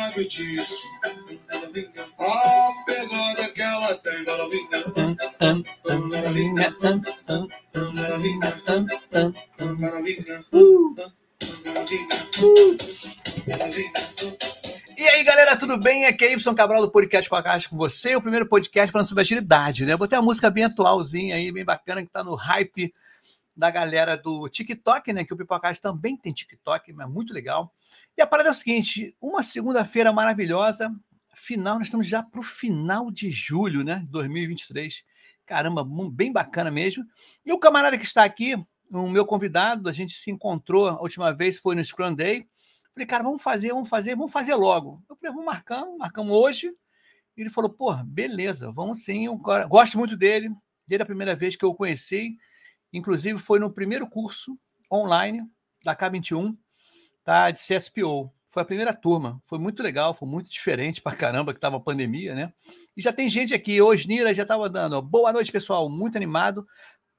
sabe disso. A pegada que ela tem, Galovinha. Galovinha. Galovinha. E aí, galera, tudo bem? Aqui é Y Cabral do Podcast Podcast com você, o primeiro podcast falando sobre agilidade, né? Eu botei uma música bem atualzinha aí, bem bacana, que tá no hype da galera do TikTok, né? Que o Pipocast também tem TikTok, mas muito legal. E a parada é o seguinte, uma segunda-feira maravilhosa, final, nós estamos já pro final de julho, né? 2023. Caramba, bem bacana mesmo. E o camarada que está aqui, o meu convidado, a gente se encontrou a última vez, foi no Scrum Day. Falei, cara, vamos fazer logo. Eu falei, marcamos hoje. E ele falou, pô, beleza, vamos sim. Eu gosto muito dele, desde a primeira vez que eu o conheci. Inclusive, foi no primeiro curso online da K21, tá, de CSPO. Foi a primeira turma. Foi muito legal, foi muito diferente pra caramba, que tava a pandemia, né? E já tem gente aqui. Hoje, Nira já tava dando. Ó, boa noite, pessoal. Muito animado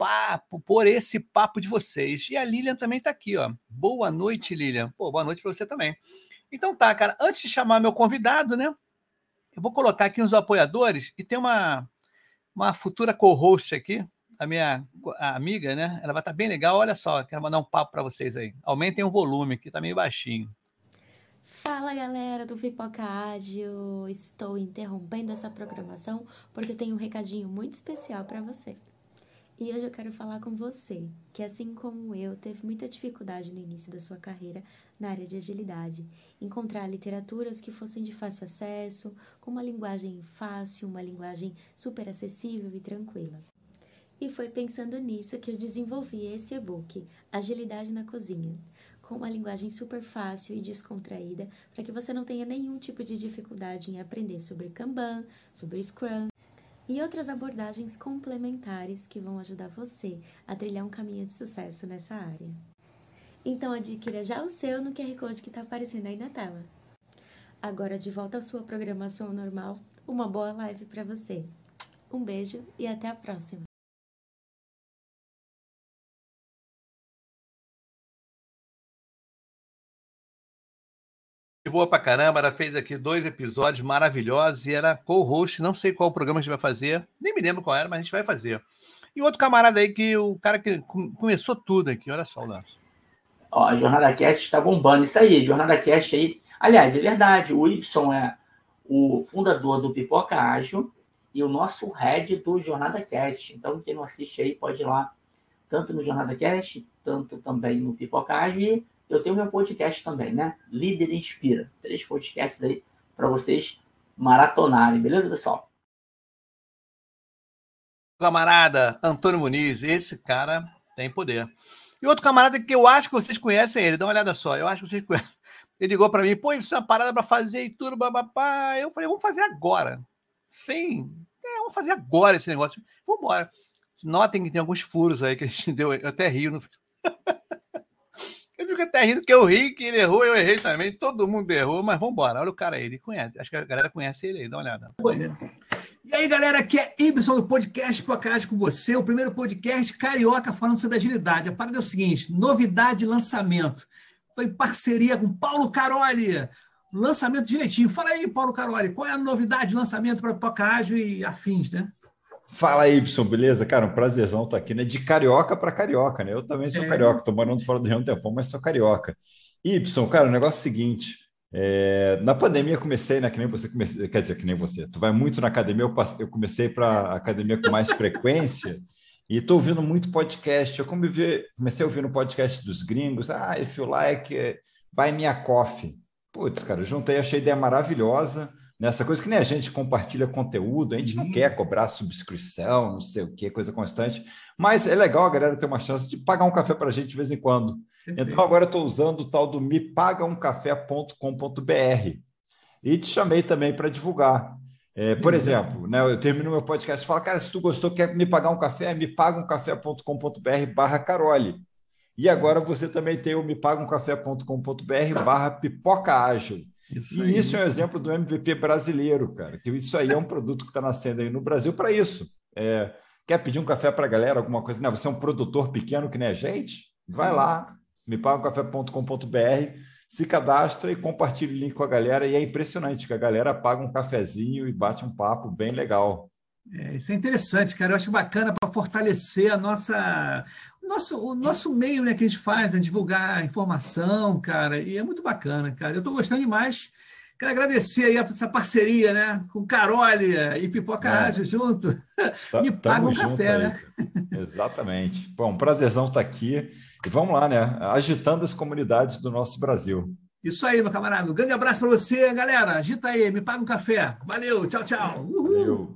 por esse papo de vocês. E a Lilian também está aqui, ó. Boa noite, Lilian. Pô, boa noite para você também. Então tá, cara, antes de chamar meu convidado, né, eu vou colocar aqui uns apoiadores e tem uma futura co-host aqui, a amiga, né, ela vai estar bem legal. Olha só, quero mandar um papo para vocês aí. Aumentem o volume, que tá meio baixinho. Fala, galera do Pipoca Ágil. Estou interrompendo essa programação porque eu tenho um recadinho muito especial para você. E hoje eu quero falar com você, que assim como eu, teve muita dificuldade no início da sua carreira na área de agilidade. Encontrar literaturas que fossem de fácil acesso, com uma linguagem fácil, uma linguagem super acessível e tranquila. E foi pensando nisso que eu desenvolvi esse e-book, Agilidade na Cozinha, com uma linguagem super fácil e descontraída, para que você não tenha nenhum tipo de dificuldade em aprender sobre Kanban, sobre Scrum, e outras abordagens complementares que vão ajudar você a trilhar um caminho de sucesso nessa área. Então adquira já o seu no QR Code que está aparecendo aí na tela. Agora de volta à sua programação normal, uma boa live para você. Um beijo e até a próxima! Boa pra caramba, ela fez aqui 2 episódios maravilhosos e era co-host, não sei qual programa a gente vai fazer, nem me lembro qual era, mas a gente vai fazer. E outro camarada aí, que o cara que começou tudo aqui, olha só o lance. Ó, a Jornada Cast está bombando, isso aí, Jornada Cast aí. Aliás, é verdade, o Y é o fundador do Pipoca Ágil e o nosso head do Jornada Cast. Então, quem não assiste aí pode ir lá, tanto no Jornada Cast, tanto também no Pipoca Ágil. E eu tenho meu podcast também, né? Líder Inspira. 3 podcasts aí para vocês maratonarem, beleza, pessoal? Camarada Antônio Muniz, esse cara tem poder. E outro camarada que eu acho que vocês conhecem ele, dá uma olhada só, eu acho que vocês conhecem. Ele ligou para mim, pô, isso é uma parada para fazer e tudo, babapá. Eu falei, vamos fazer agora. Sim, vamos fazer agora esse negócio. Vamos embora. Notem que tem alguns furos aí que a gente deu, eu até rio no Eu fico até rindo que eu ri, que ele errou, eu errei também, todo mundo errou, mas vamos embora. Olha o cara aí, ele conhece, acho que a galera conhece ele aí, dá uma olhada. E aí, galera, aqui é Ibson do Podcast Podcast com você, o primeiro podcast carioca falando sobre agilidade. A parada é o seguinte, novidade de lançamento. Estou em parceria com Paulo Caroli, lançamento direitinho. Fala aí, Paulo Caroli, qual é a novidade de lançamento para Pipoca Ágil e afins, né? Fala aí, Y, beleza? Cara, um prazerzão estar aqui, né? De carioca para carioca, né? Eu também sou carioca, estou morando fora do Rio há um tempo, mas sou carioca. Y, cara, o negócio é o seguinte, na pandemia eu comecei, né? Que nem você, quer dizer, que nem você. Tu vai muito na academia, eu comecei para academia com mais frequência e estou ouvindo muito podcast. Eu comecei ouvindo podcast dos gringos. If you like, buy me a coffee. Putz, cara, eu juntei, achei a ideia maravilhosa. Nessa coisa que nem a gente compartilha conteúdo, a gente não quer cobrar subscrição, não sei o que, coisa constante, mas é legal a galera ter uma chance de pagar um café para a gente de vez em quando. Perfeito. Então agora eu estou usando o tal do mepagaumcafé.com.br e te chamei também para divulgar. Por exemplo, né, eu termino meu podcast e falo, cara, se tu gostou, quer me pagar um café, mepagaumcafé.com.br/Caroli. E agora você também tem o mepagaumcafé.com.br/pipocaágil. Isso é um exemplo do MVP brasileiro, cara, que isso aí é um produto que está nascendo aí no Brasil para isso. Quer pedir um café para a galera, alguma coisa? Não, você é um produtor pequeno que nem a gente? Vai lá, mepagaumcafé.com.br, se cadastra e compartilha o link com a galera. E é impressionante que a galera paga um cafezinho e bate um papo bem legal. Isso é interessante, cara. Eu acho bacana para fortalecer o nosso meio, né, que a gente faz, né, divulgar informação, cara. E é muito bacana, cara. Eu estou gostando demais. Quero agradecer aí essa parceria, né, com Carolia e Pipoca Ágil junto. Me paga um café, aí. né? Exatamente. Bom, um prazerzão estar aqui. E vamos lá, né? Agitando as comunidades do nosso Brasil. Isso aí, meu camarada. Um grande abraço para você, galera. Agita aí, me paga um café. Valeu, tchau, tchau. Valeu.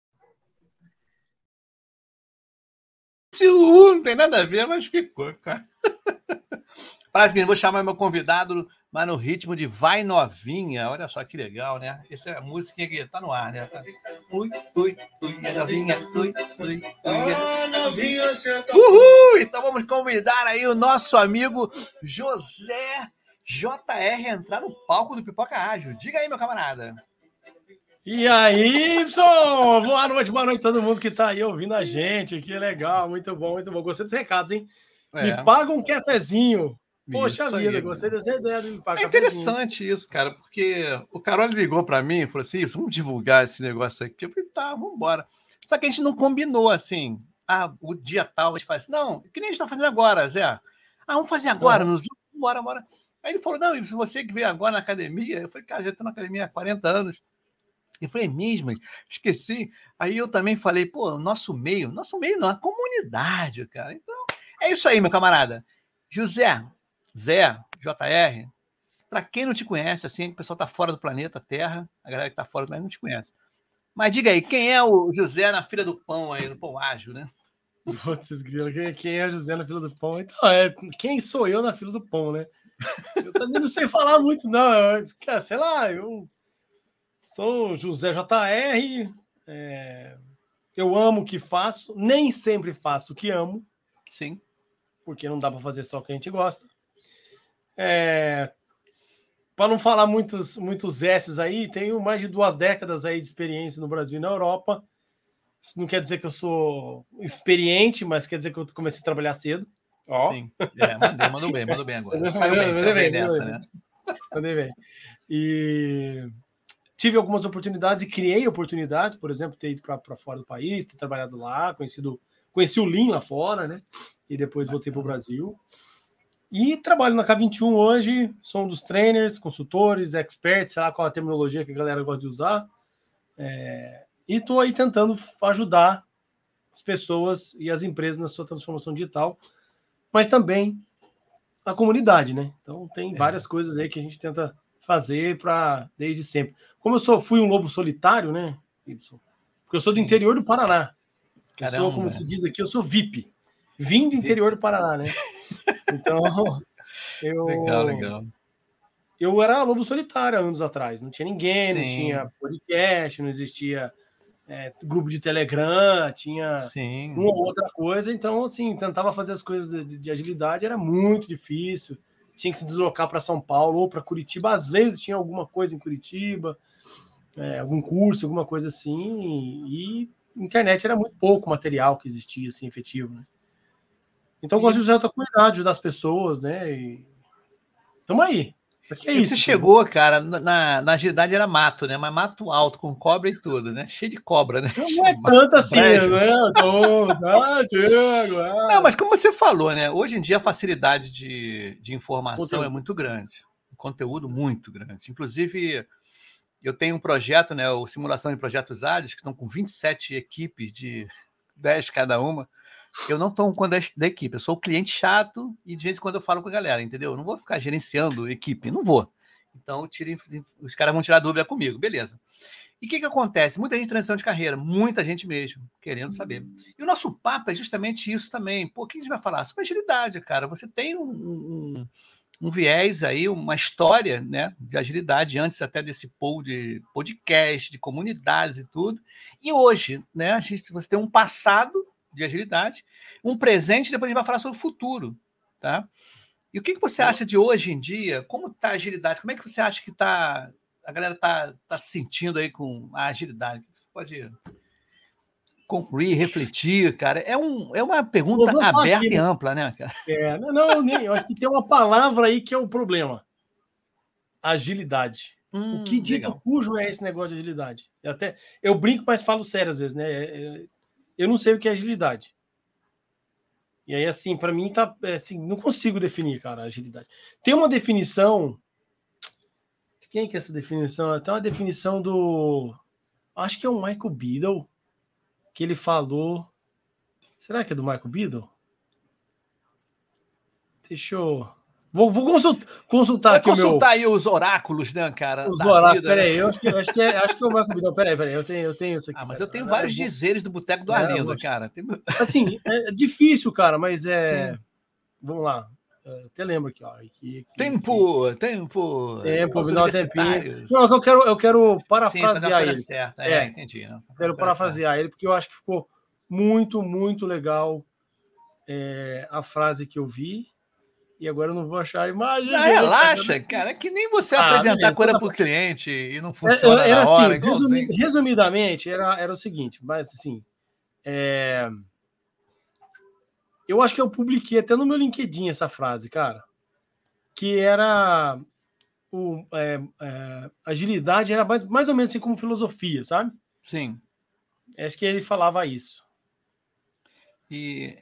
Não tem nada a ver, mas ficou, cara. Parece que eu vou chamar meu convidado, mas no ritmo de Vai Novinha. Olha só que legal, né? Essa é a música que tá no ar, né? Ui, ui, ui, novinha, ui, ui, novinha, senta. Uhul! Então vamos convidar aí o nosso amigo José JR a entrar no palco do Pipoca Ágil. Diga aí, meu camarada. E aí, Y? Boa noite todo mundo que tá aí ouvindo a gente. Que legal, muito bom, muito bom. Gostei dos recados, hein? Me paga um cafezinho. Poxa Isso vida, aí, gostei dessa ideia de me pagar É interessante isso, cara, porque o Carol ligou para mim e falou assim: vamos divulgar esse negócio aqui. Eu falei, tá, vamos embora. Só que a gente não combinou assim, o dia tal, a gente faz assim, não, que nem a gente tá fazendo agora, Zé. Vamos fazer agora, no Zoom, bora. Aí ele falou, não, se você que veio agora na academia, eu falei, cara, já tô na academia há 40 anos. Eu falei, mesmo, esqueci. Aí eu também falei, pô, nosso meio não, a comunidade, cara. Então, é isso aí, meu camarada. Zé, JR, para quem não te conhece, assim, o pessoal tá fora do planeta Terra, a galera que tá fora do planeta não te conhece. Mas diga aí, quem é o José na fila do pão aí, no pão ágil, né? Putz, grilo, quem é o José na fila do pão? Então, quem sou eu na fila do pão, né? Eu também não sei falar muito, não. Sei lá, eu sou José JR, eu amo o que faço, nem sempre faço o que amo. Sim. Porque não dá para fazer só o que a gente gosta. Para não falar muitos S's aí, tenho mais de 2 décadas aí de experiência no Brasil e na Europa. Isso não quer dizer que eu sou experiente, mas quer dizer que eu comecei a trabalhar cedo. Sim, mandou bem agora. Saiu bem nessa, né? Mandei bem. E tive algumas oportunidades e criei oportunidades, por exemplo, ter ido para fora do país, ter trabalhado lá, conheci o Lean lá fora, né? E depois voltei para o Brasil. E trabalho na K21 hoje, sou um dos trainers, consultores, experts, sei lá qual a terminologia que a galera gosta de usar. E estou aí tentando ajudar as pessoas e as empresas na sua transformação digital, mas também a comunidade, né? Então tem várias coisas aí que a gente tenta fazer desde sempre. Como eu fui um lobo solitário, né, Y? Porque eu sou do interior do Paraná. Eu sou, como se diz aqui, eu sou VIP. Vim do interior do Paraná, né? Então, Legal. Eu era lobo solitário há anos atrás. Não tinha ninguém, Sim. Não tinha podcast, não existia grupo de Telegram, tinha uma ou outra coisa. Então, assim, tentava fazer as coisas de agilidade, era muito difícil. Tinha que se deslocar para São Paulo ou para Curitiba. Às vezes tinha alguma coisa em Curitiba, algum curso, alguma coisa assim. E internet era muito pouco material que existia, assim, efetivo, né? Então, eu gosto de usar a comunidade, ajudar as pessoas, né? E tamo aí. É isso, você chegou, cara, na agilidade era mato, né? Mas mato alto, com cobra e tudo, né? Cheio de cobra, né? Não é tanto assim, né? Não, mas como você falou, né? Hoje em dia a facilidade de informação é muito grande. O conteúdo muito grande. Inclusive, eu tenho um projeto, né? O Simulação de Projetos Ágeis, que estão com 27 equipes de 10 cada uma. Eu não estou com da equipe, eu sou o cliente chato e de vez em quando eu falo com a galera, entendeu? Eu não vou ficar gerenciando equipe, não vou. Então, os caras vão tirar dúvida comigo, beleza. E o que acontece? Muita gente em transição de carreira, muita gente mesmo, querendo saber. E o nosso papo é justamente isso também. Pô, o que a gente vai falar? Sobre agilidade, cara. Você tem um viés aí, uma história, né, de agilidade, antes até desse pool de podcast, de comunidades e tudo. E hoje, né, você tem um passado de agilidade, um presente, e depois a gente vai falar sobre o futuro, tá? E o que você acha de hoje em dia? Como está a agilidade? Como é que você acha que a galera tá se sentindo aí com a agilidade? Você pode concluir, refletir, cara? É uma pergunta aberta e ampla, né, cara? Eu acho que tem uma palavra aí que é o problema. agilidade. O que dito legal. cujo é esse negócio de agilidade? Eu brinco, mas falo sério às vezes, né? Eu não sei o que é agilidade. E aí, assim, para mim, assim, não consigo definir, cara, a agilidade. Tem uma definição. Quem que é essa definição? Tem uma definição do. Acho que é o Michael Biddle, que ele falou. Será que é do Michael Biddle? Deixa eu. Vou consultar Vai aqui consultar aí os oráculos, né, cara? os da oráculos. vida, né? Peraí, eu acho que é o Michael Biddle. Peraí, eu tenho isso aqui. Mas eu tenho pera. vários dizeres do Boteco do Arlindo, cara. Assim, é difícil, cara, mas Sim. Vamos lá. Eu até lembro aqui, ó. Tempo, me dá um tempinho. Não, eu quero parafrasear ele. Certa. Entendi. Não. Quero parafrasear ele, porque eu acho que ficou muito, muito legal a frase que eu vi. E agora eu não vou achar a imagem. Não, relaxa, cara. É que nem você apresentar coisa para o cliente e não funciona era na hora. Assim, resumidamente, era o seguinte, mas assim... Eu acho que eu publiquei até no meu LinkedIn essa frase, cara. Que era... agilidade era mais ou menos assim como filosofia, sabe? Sim. Acho que ele falava isso. E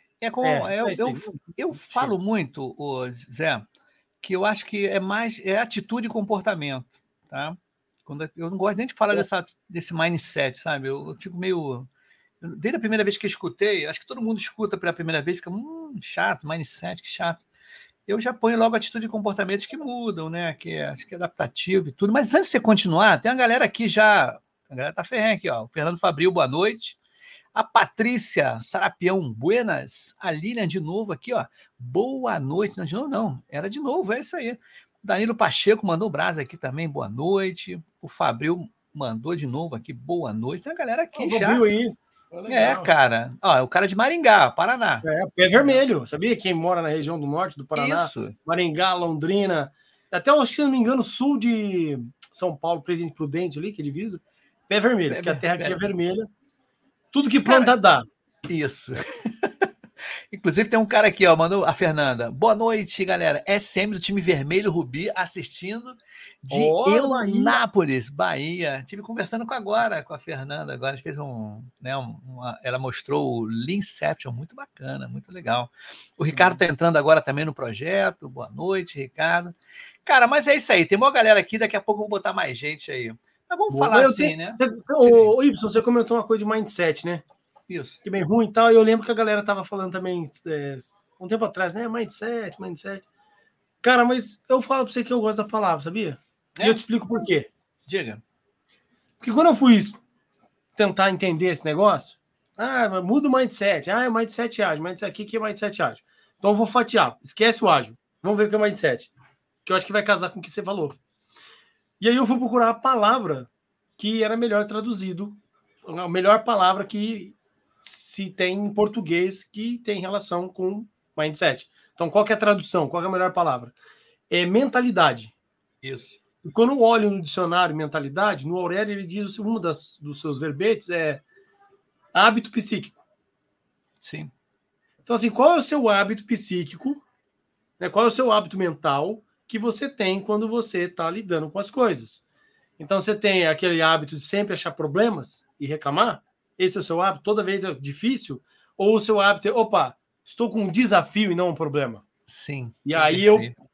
eu falo muito, Zé, que eu acho que é atitude e comportamento, tá? Eu não gosto nem de falar desse mindset, sabe? Eu fico meio... Desde a primeira vez que eu escutei, acho que todo mundo escuta pela primeira vez, fica chato, mindset, que chato. Eu já ponho logo atitude e comportamentos que mudam, né? Acho que é adaptativo e tudo. Mas antes de você continuar, tem uma galera aqui já... A galera tá ferrenha aqui, ó. O Fernando Fabril, boa noite. A Patrícia Sarapião, buenas. A Lilian de novo aqui, ó. Boa noite. Não, de novo não. Era de novo, é isso aí. Danilo Pacheco mandou brasa aqui também, boa noite. O Fabril mandou de novo aqui, boa noite. Tem a galera aqui já. Aí. Cara. Ó, é o cara de Maringá, Paraná. Pé vermelho. Sabia? Quem mora na região do norte do Paraná. Isso. Maringá, Londrina. Até, se não me engano, sul de São Paulo, Presidente Prudente ali, que divisa. Pé vermelho, porque a terra aqui é vermelha. Tudo que planta dá. Isso. Inclusive tem um cara aqui, ó, mandou a Fernanda. Boa noite, galera. SM do time Vermelho Rubi assistindo de Eunápolis, Bahia. Estive conversando com a Fernanda. Agora a gente fez ela mostrou o Leanception, muito bacana, muito legal. O Ricardo tá entrando agora também no projeto. Boa noite, Ricardo. Cara, mas é isso aí. Tem uma galera aqui, daqui a pouco eu vou botar mais gente aí. Mas vamos falar assim, né? Ô, Ibson, você comentou uma coisa de mindset, né? Isso. Que bem ruim e tal. E eu lembro que a galera tava falando também um tempo atrás, né? Mindset. Cara, mas eu falo pra você que eu gosto da palavra, sabia? E eu te explico por quê. Diga. Porque quando eu fui tentar entender esse negócio, muda o mindset. É mindset ágil. O que é mindset ágil? Então eu vou fatiar. Esquece o ágil. Vamos ver o que é mindset. Que eu acho que vai casar com o que você falou. E aí eu fui procurar a palavra que era melhor traduzido, a melhor palavra que se tem em português que tem relação com mindset. Então, qual que é a tradução? Qual que é a melhor palavra? É mentalidade. Isso. E quando eu olho no dicionário mentalidade, no Aurélio ele diz, dos seus verbetes é hábito psíquico. Sim. Então, assim, qual é o seu hábito psíquico? Né? Qual é o seu hábito mental que você tem quando você está lidando com as coisas? Então, você tem aquele hábito de sempre achar problemas e reclamar? Esse é o seu hábito? Toda vez é difícil? Ou o seu hábito é, estou com um desafio e não um problema? Sim. E aí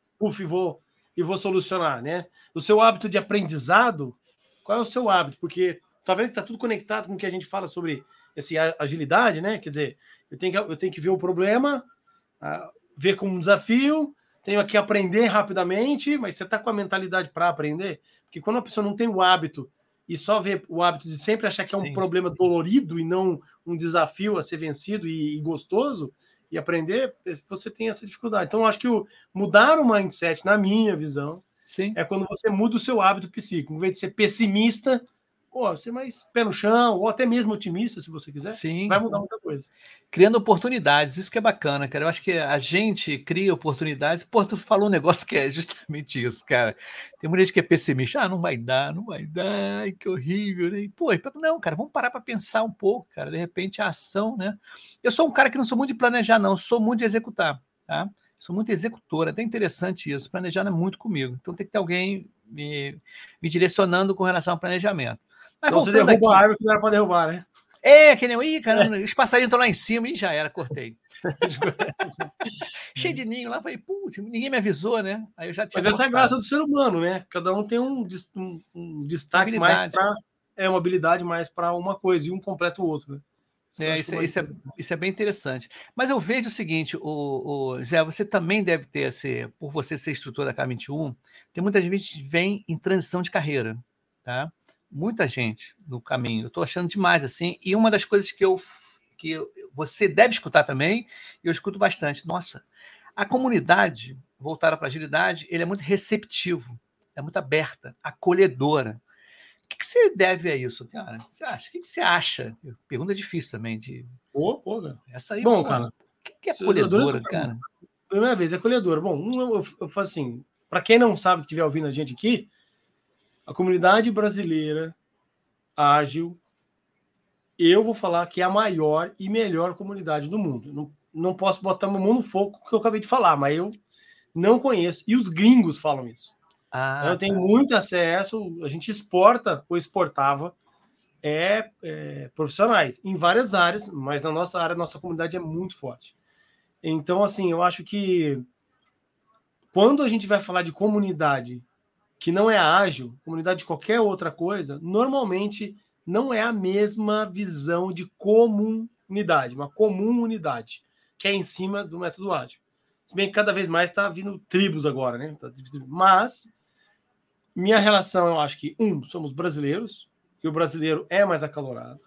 eu vou solucionar, né? O seu hábito de aprendizado, qual é o seu hábito? Porque tá vendo que tá tudo conectado com o que a gente fala sobre essa agilidade, né? Quer dizer, eu tenho que ver o problema, ver como um desafio, tenho que aprender rapidamente, mas você tá com a mentalidade para aprender? Porque quando a pessoa não tem o hábito e só vê o hábito de sempre achar que é um problema dolorido e não um desafio a ser vencido e gostoso e aprender, você tem essa dificuldade. Então, eu acho que mudar o mindset, na minha visão, é quando você muda o seu hábito psíquico. Em vez de ser pessimista, ser mais pé no chão, ou até mesmo otimista, se você quiser, vai mudar muita coisa. Criando oportunidades, isso que é bacana, cara. Eu acho que a gente cria oportunidades. Pô, tu falou um negócio que é justamente isso, cara. Tem muita gente que é pessimista. Não vai dar, ai, que horrível, né? E, pô, não, cara, vamos parar para pensar um pouco, cara. De repente, a ação, né? Eu sou um cara que não sou muito de planejar, não. Sou muito de executar, tá? Sou muito executor. É até interessante isso. Planejar não é muito comigo. Então tem que ter alguém me direcionando com relação ao planejamento. Mas Então você voltando derruba aqui, a árvore que não era para derrubar, né? que nem ih, caramba, os passarinhos estão lá em cima e já era, cortei. Cheio de ninho lá, falei, putz, ninguém me avisou, né? Aí eu já tinha. Mas essa é a graça do ser humano, né? Cada um tem um destaque mais para uma habilidade mais para uma coisa e um completa o outro, né? Isso é bem interessante. Mas eu vejo o seguinte, Zé, você também deve ter, por você ser instrutor da K21, tem muita gente que vem em transição de carreira, tá? Muita gente no caminho. Eu estou achando demais, assim. E uma das coisas que você deve escutar também, eu escuto bastante. Nossa, a comunidade voltada para a agilidade, ele é muito receptivo, é muito aberta, acolhedora. O que você deve a isso, cara? Você acha? O que você acha? Pergunta difícil também. Cara. Essa aí, bom, cara. O que é acolhedora, cara? Primeira vez, é acolhedora. Bom, eu falo assim, para quem não sabe, que estiver ouvindo a gente aqui, a comunidade brasileira ágil, eu vou falar que é a maior e melhor comunidade do mundo. Não posso botar meu mão no fogo que eu acabei de falar, mas eu não conheço. E os gringos falam isso. Eu tenho muito acesso, a gente exporta ou exportava profissionais em várias áreas, mas na nossa área, nossa comunidade é muito forte. Então, assim, eu acho que quando a gente vai falar de comunidade que não é ágil, comunidade de qualquer outra coisa, normalmente não é a mesma visão de comunidade, uma comum unidade, que é em cima do método ágil. Se bem que cada vez mais está vindo tribos agora, né? Mas minha relação, eu acho que, somos brasileiros, e o brasileiro é mais acalorado.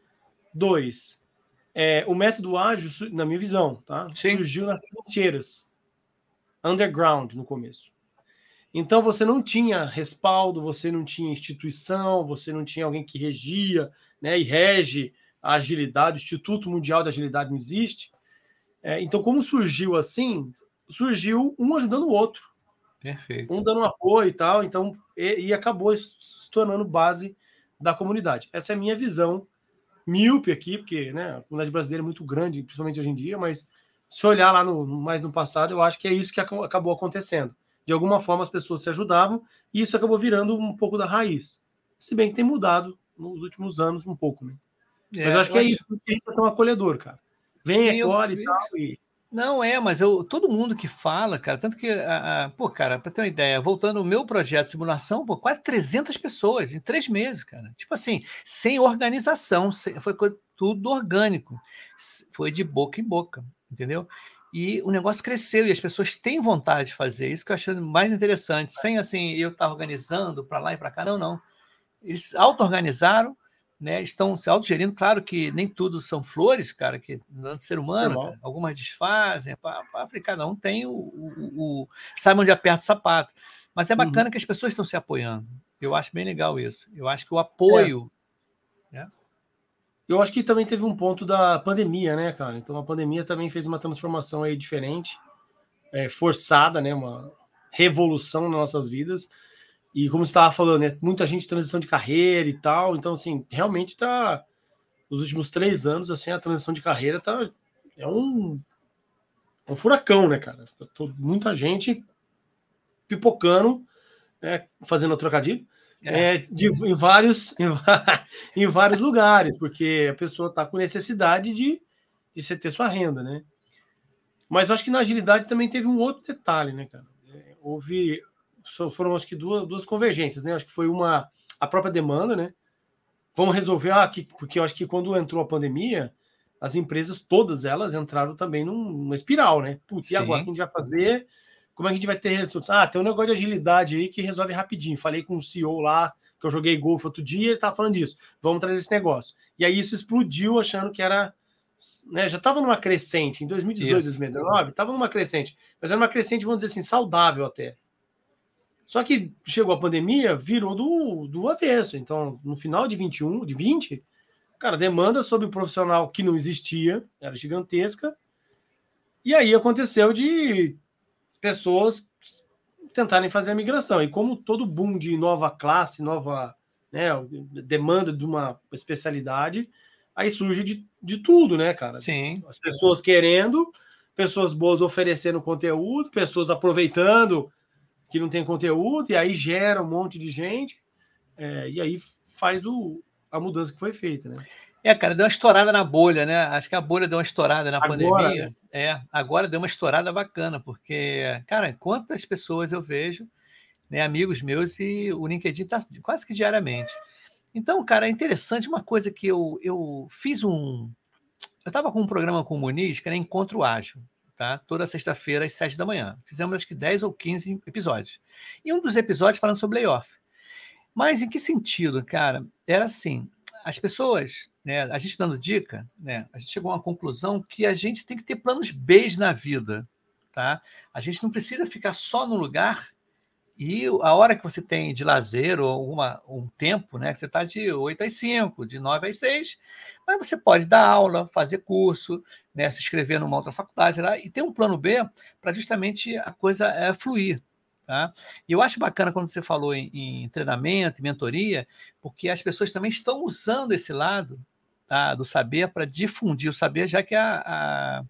2, o método ágil, na minha visão, tá? Surgiu nas trincheiras, underground no começo. Então você não tinha respaldo, você não tinha instituição, você não tinha alguém que regia, né, e rege a agilidade, o Instituto Mundial da Agilidade não existe. Então, como surgiu assim, surgiu um ajudando o outro. Perfeito. Um dando apoio e tal, então, e acabou se tornando base da comunidade. Essa é a minha visão míope aqui, porque, né, a comunidade brasileira é muito grande, principalmente hoje em dia, mas se olhar lá mais no passado, eu acho que é isso que acabou acontecendo. De alguma forma as pessoas se ajudavam e isso acabou virando um pouco da raiz. Se bem que tem mudado nos últimos anos um pouco, né? Mas eu acho que é isso que é tão acolhedor, cara. Vem, acolhe e tal. Não, mas todo mundo que fala, cara, tanto que, cara, para ter uma ideia, voltando ao meu projeto de simulação, quase 300 pessoas em 3 meses, cara. Tipo assim, sem organização, foi tudo orgânico. Foi de boca em boca, entendeu? E o negócio cresceu e as pessoas têm vontade de fazer. Isso que eu achei mais interessante. Sem, assim, eu estar organizando para lá e para cá, não. Eles auto-organizaram, né? Estão se autogerindo. Claro que nem tudo são flores, cara, que não é ser humano. Cara. Algumas desfazem. Cada um tem sabe onde aperta o sapato. Mas é bacana que as pessoas estão se apoiando. Eu acho bem legal isso. Eu acho que o apoio... Né? Eu acho que também teve um ponto da pandemia, né, cara? Então a pandemia também fez uma transformação aí diferente, forçada, né? Uma revolução nas nossas vidas. E como você estava falando, né? Muita gente em transição de carreira e tal. Então, assim, realmente tá... Nos últimos 3 anos, assim, a transição de carreira tá... É um furacão, né, cara? Muita gente pipocando, fazendo trocadilho, em vários lugares, porque a pessoa está com necessidade de você ter sua renda, né? Mas acho que na agilidade também teve um outro detalhe, né, cara? Foram acho que duas convergências, né? Acho que foi a própria demanda, né? Vamos resolver porque eu acho que quando entrou a pandemia, as empresas, todas elas, entraram também numa espiral, né? Putz, e agora? O que a gente vai fazer? Como é que a gente vai ter resultados? Tem um negócio de agilidade aí que resolve rapidinho. Falei com o CEO lá, que eu joguei golfe outro dia, ele estava falando disso. Vamos trazer esse negócio. E aí isso explodiu, achando que era... Né, já estava numa crescente. Em 2018, 2019, estava numa crescente. Mas era uma crescente, vamos dizer assim, saudável até. Só que chegou a pandemia, virou do avesso. Então, no final de 20, cara, demanda sobre o profissional que não existia, era gigantesca. E aí aconteceu de pessoas tentarem fazer a migração. E como todo boom de nova classe, nova, né, demanda de uma especialidade, aí surge de tudo, né, cara? Sim. As pessoas querendo, pessoas boas oferecendo conteúdo, pessoas aproveitando que não tem conteúdo, e aí gera um monte de gente, e aí faz a mudança que foi feita, né? Cara, deu uma estourada na bolha, né? Acho que a bolha deu uma estourada na Agora, pandemia. né? Agora deu uma estourada bacana, porque, cara, quantas pessoas eu vejo, né, amigos meus, e o LinkedIn tá quase que diariamente. Então, cara, é interessante uma coisa que eu fiz eu estava com um programa com o Muniz, que era Encontro Ágil, tá? Toda sexta-feira, às 7 da manhã. Fizemos acho que 10 ou 15 episódios. E um dos episódios falando sobre layoff. Mas em que sentido, cara? Era assim, as pessoas, né, a gente dando dica, né, a gente chegou a uma conclusão que a gente tem que ter planos B na vida, tá? A gente não precisa ficar só no lugar e a hora que você tem de lazer ou um tempo, né, você está de 8 às 5, de 9 às 6, mas você pode dar aula, fazer curso, né, se inscrever numa outra faculdade lá, e ter um plano B para justamente a coisa fluir. Tá? E eu acho bacana quando você falou em treinamento, em mentoria, porque as pessoas também estão usando esse lado, tá, do saber para difundir o saber, já que a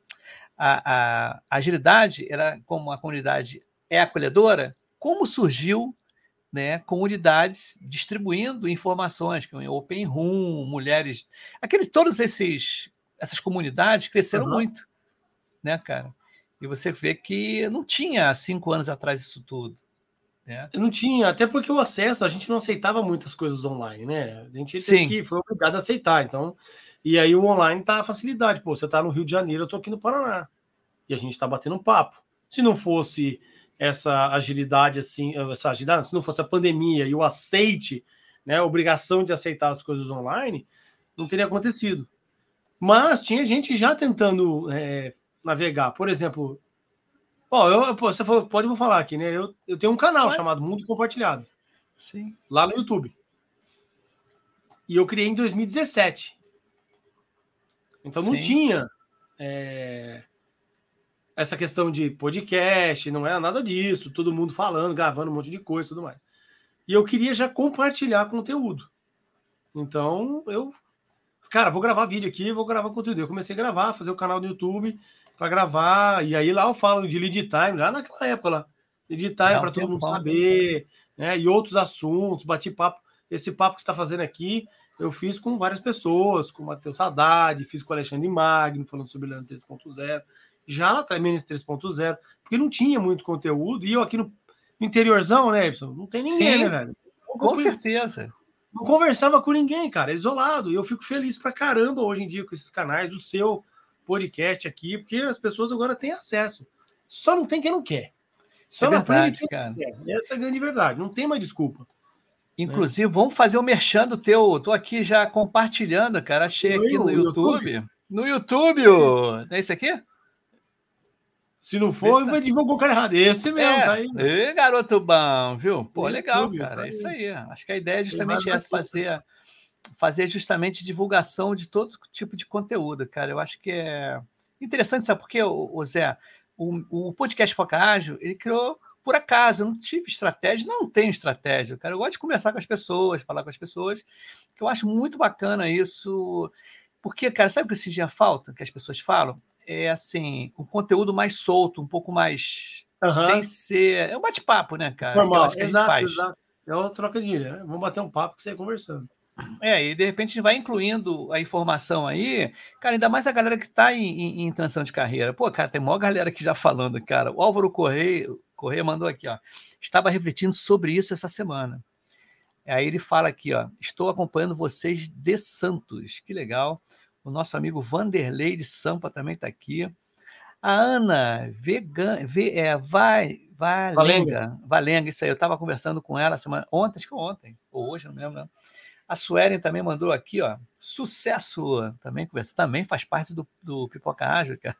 agilidade, como a comunidade é acolhedora, como surgiu, né, comunidades distribuindo informações, como Open Room, mulheres, todas essas comunidades cresceram muito, né, cara? E você vê que não tinha há 5 anos atrás isso tudo. Né? Não tinha, até porque o acesso, a gente não aceitava muitas coisas online, né? A gente foi obrigado a aceitar, então. E aí o online tá a facilidade. Pô, você tá no Rio de Janeiro, eu tô aqui no Paraná. E a gente tá batendo um papo. Se não fosse essa agilidade, assim, se não fosse a pandemia e o aceite, né, a obrigação de aceitar as coisas online, não teria acontecido. Mas tinha gente já tentando navegar. Por exemplo, você falou, vou falar aqui, né? Eu tenho um canal chamado Mundo Compartilhado. Sim. Lá no YouTube. E eu criei em 2017. Então não tinha essa questão de podcast, não era nada disso, todo mundo falando, gravando um monte de coisa e tudo mais. E eu queria já compartilhar conteúdo. Então vou gravar vídeo aqui, vou gravar conteúdo. Eu comecei a gravar, fazer o canal do YouTube para gravar, e aí lá eu falo de lead time, lá naquela época lá, lead time para todo mundo saber, né, e outros assuntos, bati papo, esse papo que você está fazendo aqui, eu fiz com várias pessoas, com o Matheus Haddad, fiz com o Alexandre Magno, falando sobre o Leandro 3.0, já também nesse 3.0, porque não tinha muito conteúdo, e eu aqui no interiorzão, né, Epson, não tem ninguém, Sim, né, velho? Com certeza. Não conversava com ninguém, cara, isolado, e eu fico feliz pra caramba hoje em dia com esses canais, o seu podcast aqui, porque as pessoas agora têm acesso. Só não tem quem não quer. Só não verdade, quem cara. não quer. Essa é a grande verdade. Não tem mais desculpa. Inclusive, vamos fazer o merchan do teu. Estou aqui já compartilhando, cara. Achei aqui no YouTube. No YouTube, é esse aqui? Se não for, vai divulgar o cara errado. Esse mesmo, tá aí. Garoto bom, viu? Pô, legal, cara. Tá, é isso aí. Acho que a ideia é justamente essa, fazer justamente divulgação de todo tipo de conteúdo, cara. Eu acho que é interessante, sabe por quê, Zé? O podcast Pipoca Ágil, ele criou por acaso, eu não tive estratégia, não tenho estratégia, cara. Eu gosto de conversar com as pessoas, falar com as pessoas, que eu acho muito bacana isso, porque, cara, sabe o que esse dia falta, que as pessoas falam? É assim, um conteúdo mais solto, um pouco mais sem ser... É um bate-papo, né, cara? Normal, que eu acho que exato, a gente faz. Exato. É uma troca de ideia, né? Vamos bater um papo que você conversando. E de repente a gente vai incluindo a informação aí, cara, ainda mais a galera que está em transição de carreira. Pô, cara, tem maior galera aqui já falando, cara. O Álvaro Correia mandou aqui, ó. Estava refletindo sobre isso essa semana. Aí ele fala aqui, ó. Estou acompanhando vocês de Santos. Que legal. O nosso amigo Vanderlei de Sampa também está aqui. A Ana Valenga, isso aí. Eu estava conversando com ela ontem, acho que ontem, ou hoje, não lembro, não. A Suelen também mandou aqui, ó. Sucesso! Também faz parte do Pipoca Ágil, cara.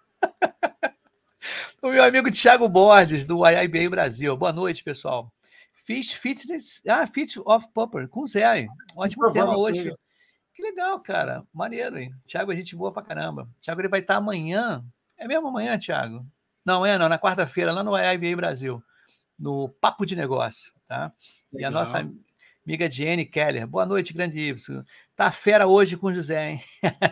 O meu amigo Thiago Borges, do IIBA Brasil. Boa noite, pessoal. Fit of Popper, com Zé. Ótimo tema hoje. Que legal, cara. Maneiro, hein? Thiago, a gente boa pra caramba. Thiago, ele vai estar amanhã. É mesmo amanhã, Thiago? Não, na quarta-feira, lá no IIBA Brasil. No Papo de Negócio, tá? Legal. E a nossa amiga Jenny Keller. Boa noite, grande Y. Tá fera hoje com o José, hein?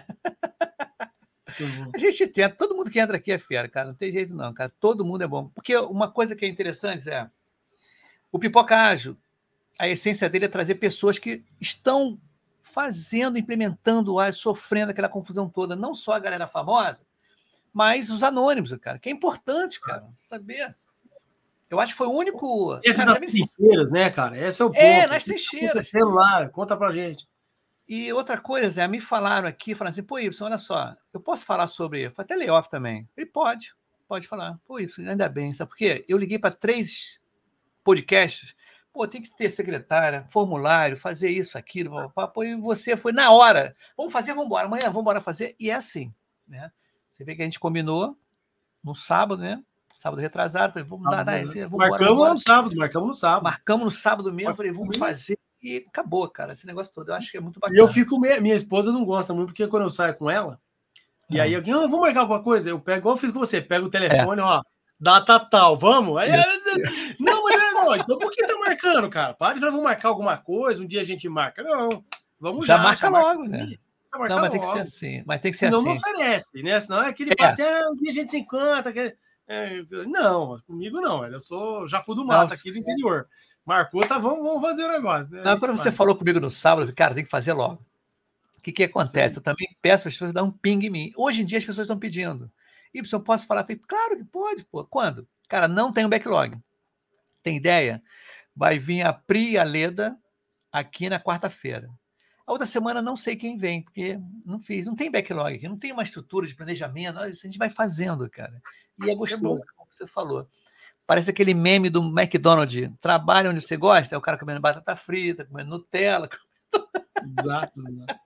A gente tenta, todo mundo que entra aqui é fera, cara. Não tem jeito não, cara. Todo mundo é bom. Porque uma coisa que é interessante é O Pipoca Ágil, a essência dele é trazer pessoas que estão fazendo, implementando o ágil, sofrendo aquela confusão toda, não só a galera famosa, mas os anônimos, cara, que é importante, cara, saber. Eu acho que foi o único... Cara, das trincheiras, né, cara? Esse é o ponto. Nas trincheiras. Lá, conta pra gente. E outra coisa, Zé, me falaram aqui, falaram assim, pô, Y, olha só, eu posso falar sobre... Foi até layoff também. Ele pode falar. Pô, Y, ainda bem, sabe por quê? Eu liguei para 3 podcasts, pô, tem que ter secretária, formulário, fazer isso, aquilo, pô, e você foi na hora. Vamos fazer, vamos embora, amanhã, vamos embora fazer. E é assim, né? Você vê que a gente combinou no sábado, né? Sábado retrasado, falei, vamos dar esse, vamos marcamos no sábado. Marcamos no sábado mesmo, falei, vamos fazer. E acabou, cara, esse negócio todo. Eu acho que é muito bacana. E eu fico... Minha esposa não gosta muito, porque quando eu saio com ela, e aí alguém, eu vou marcar alguma coisa, eu pego, igual eu fiz com você, pego o telefone, ó, data tal, vamos? Aí, não, mas não, então por que tá marcando, cara? Para de falar, vamos marcar alguma coisa, um dia a gente marca. Não, vamos já marca logo, né? Não, mas tem que ser assim. Mas tem que ser senão assim. Não oferece, né? Senão é aquele bate, um dia a gente se encontra. Não, comigo não. Eu sou Jacu do Mato, aqui do interior. Marcou, tá, vamos fazer o negócio. Né? Não, quando você falou comigo no sábado, eu falei, cara, tem que fazer logo. O que acontece? Sim. Eu também peço as pessoas dar um ping em mim. Hoje em dia as pessoas estão pedindo. Y, eu posso falar? Eu falei, claro que pode, pô. Quando? Cara, não tem um backlog. Tem ideia? Vai vir a Pri e a Leda aqui na quarta-feira. A outra semana não sei quem vem, porque não fiz, não tem backlog aqui, não tem uma estrutura de planejamento, nada disso, a gente vai fazendo, cara. E é gostoso, como você falou. Parece aquele meme do McDonald's, trabalha onde você gosta, é o cara comendo batata frita, comendo Nutella. Exato.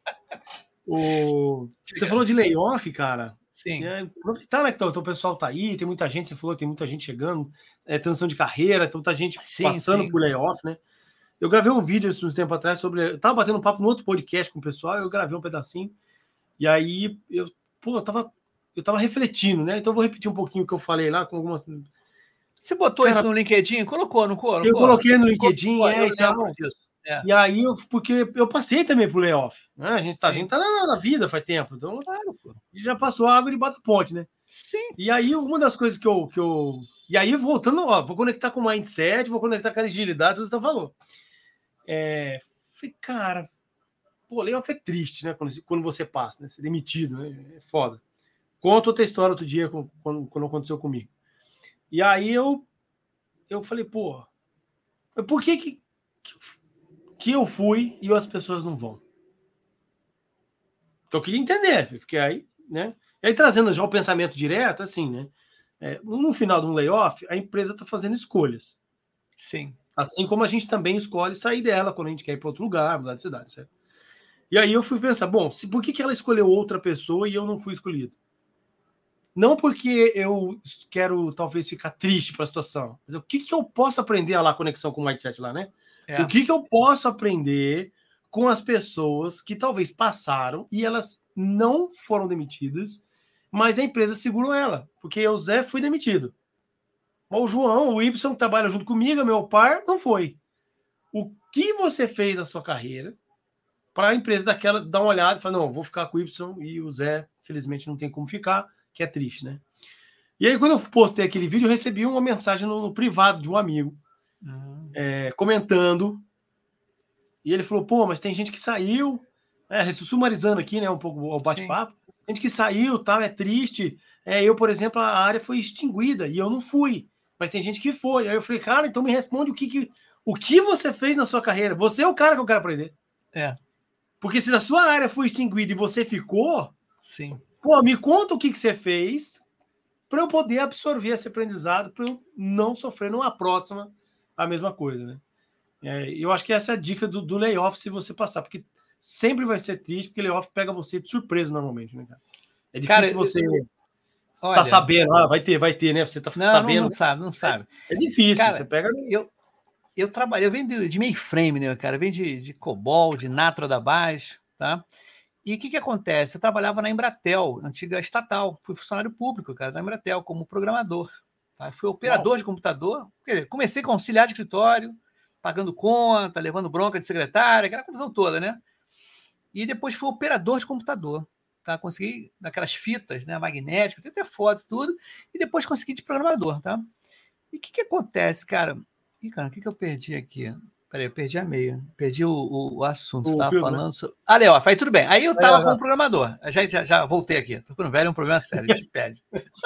Você falou de layoff, cara. Sim. Aproveitar, né, que o pessoal tá aí, tem muita gente, você falou, tem muita gente chegando, transição de carreira, tem muita gente passando por layoff, né? Eu gravei um vídeo uns tempo atrás sobre... Eu tava batendo um papo no outro podcast com o pessoal, eu gravei um pedacinho, e aí eu tava refletindo, né? Então eu vou repetir um pouquinho o que eu falei lá com algumas... Você botou isso no LinkedIn? Colocou, não colocou? Eu coloquei no LinkedIn, E aí, porque eu passei também pro layoff, né? A gente tá na vida faz tempo, então já passou a água de bata ponte, né? Sim. E aí, uma das coisas que eu... E aí, voltando, vou conectar com o mindset, vou conectar com a agilidade, você falou. Falei, cara, layoff é triste, né? Quando você passa, né? Ser demitido, né? É foda. Conta outra história outro dia, quando aconteceu comigo. E aí eu falei, por que eu fui e as pessoas não vão? Porque eu queria entender, porque aí, né? E aí, trazendo já o pensamento direto, assim, né? No final de um layoff, a empresa está fazendo escolhas. Sim. Assim como a gente também escolhe sair dela quando a gente quer ir para outro lugar, mudar de cidade, certo? E aí eu fui pensar, por que ela escolheu outra pessoa e eu não fui escolhido? Não porque eu quero, talvez, ficar triste para a situação, mas o que eu posso aprender lá, a conexão com o mindset lá, né? O que eu posso aprender com as pessoas que talvez passaram e elas não foram demitidas, mas a empresa segurou ela, porque eu, Zé, fui demitido. Mas o João, o Y, que trabalha junto comigo, meu par, não foi. O que você fez na sua carreira para a empresa daquela dar uma olhada e falar, não, vou ficar com o Y e o Zé, felizmente, não tem como ficar, que é triste, né? E aí, quando eu postei aquele vídeo, eu recebi uma mensagem no privado de um amigo, comentando, e ele falou, mas tem gente que saiu, sumarizando aqui, né, um pouco o bate-papo, gente que saiu, tá, é triste, eu, por exemplo, a área foi extinguida, e eu não fui, mas tem gente que foi. Aí eu falei, cara, então me responde o que você fez na sua carreira, você é o cara que eu quero aprender. Porque se na sua área foi extinguida e você ficou, me conta o que você fez para eu poder absorver esse aprendizado, para eu não sofrer numa próxima a mesma coisa, né? Eu acho que essa é a dica do layoff, se você passar, porque sempre vai ser triste, porque layoff pega você de surpresa normalmente, né, cara? É difícil você tá sabendo, vai ter, né? Você tá sabendo. Não sabe. É difícil, cara, você pega... Eu venho de mainframe, né, cara? Eu venho de COBOL, de Nitro da Base, tá? E o que acontece? Eu trabalhava na Embratel, antiga estatal. Fui funcionário público, cara, da Embratel, como programador. Tá? Fui operador de computador. Quer dizer, comecei com auxiliar de escritório, pagando conta, levando bronca de secretária, aquela confusão toda, né? E depois fui operador de computador. Tá? Consegui naquelas fitas, né, magnéticas, tem até foto e tudo. E depois consegui de programador, tá? E o que acontece, cara? Ih, cara, o que eu perdi aqui? Peraí, eu perdi a meia. Perdi o assunto. O Estava fio, falando sobre... Ali, ó, aí tudo bem. Aí eu tava Aí, ó. com o programador. Já voltei aqui. Tô ficando velho, é um problema sério, a gente perde.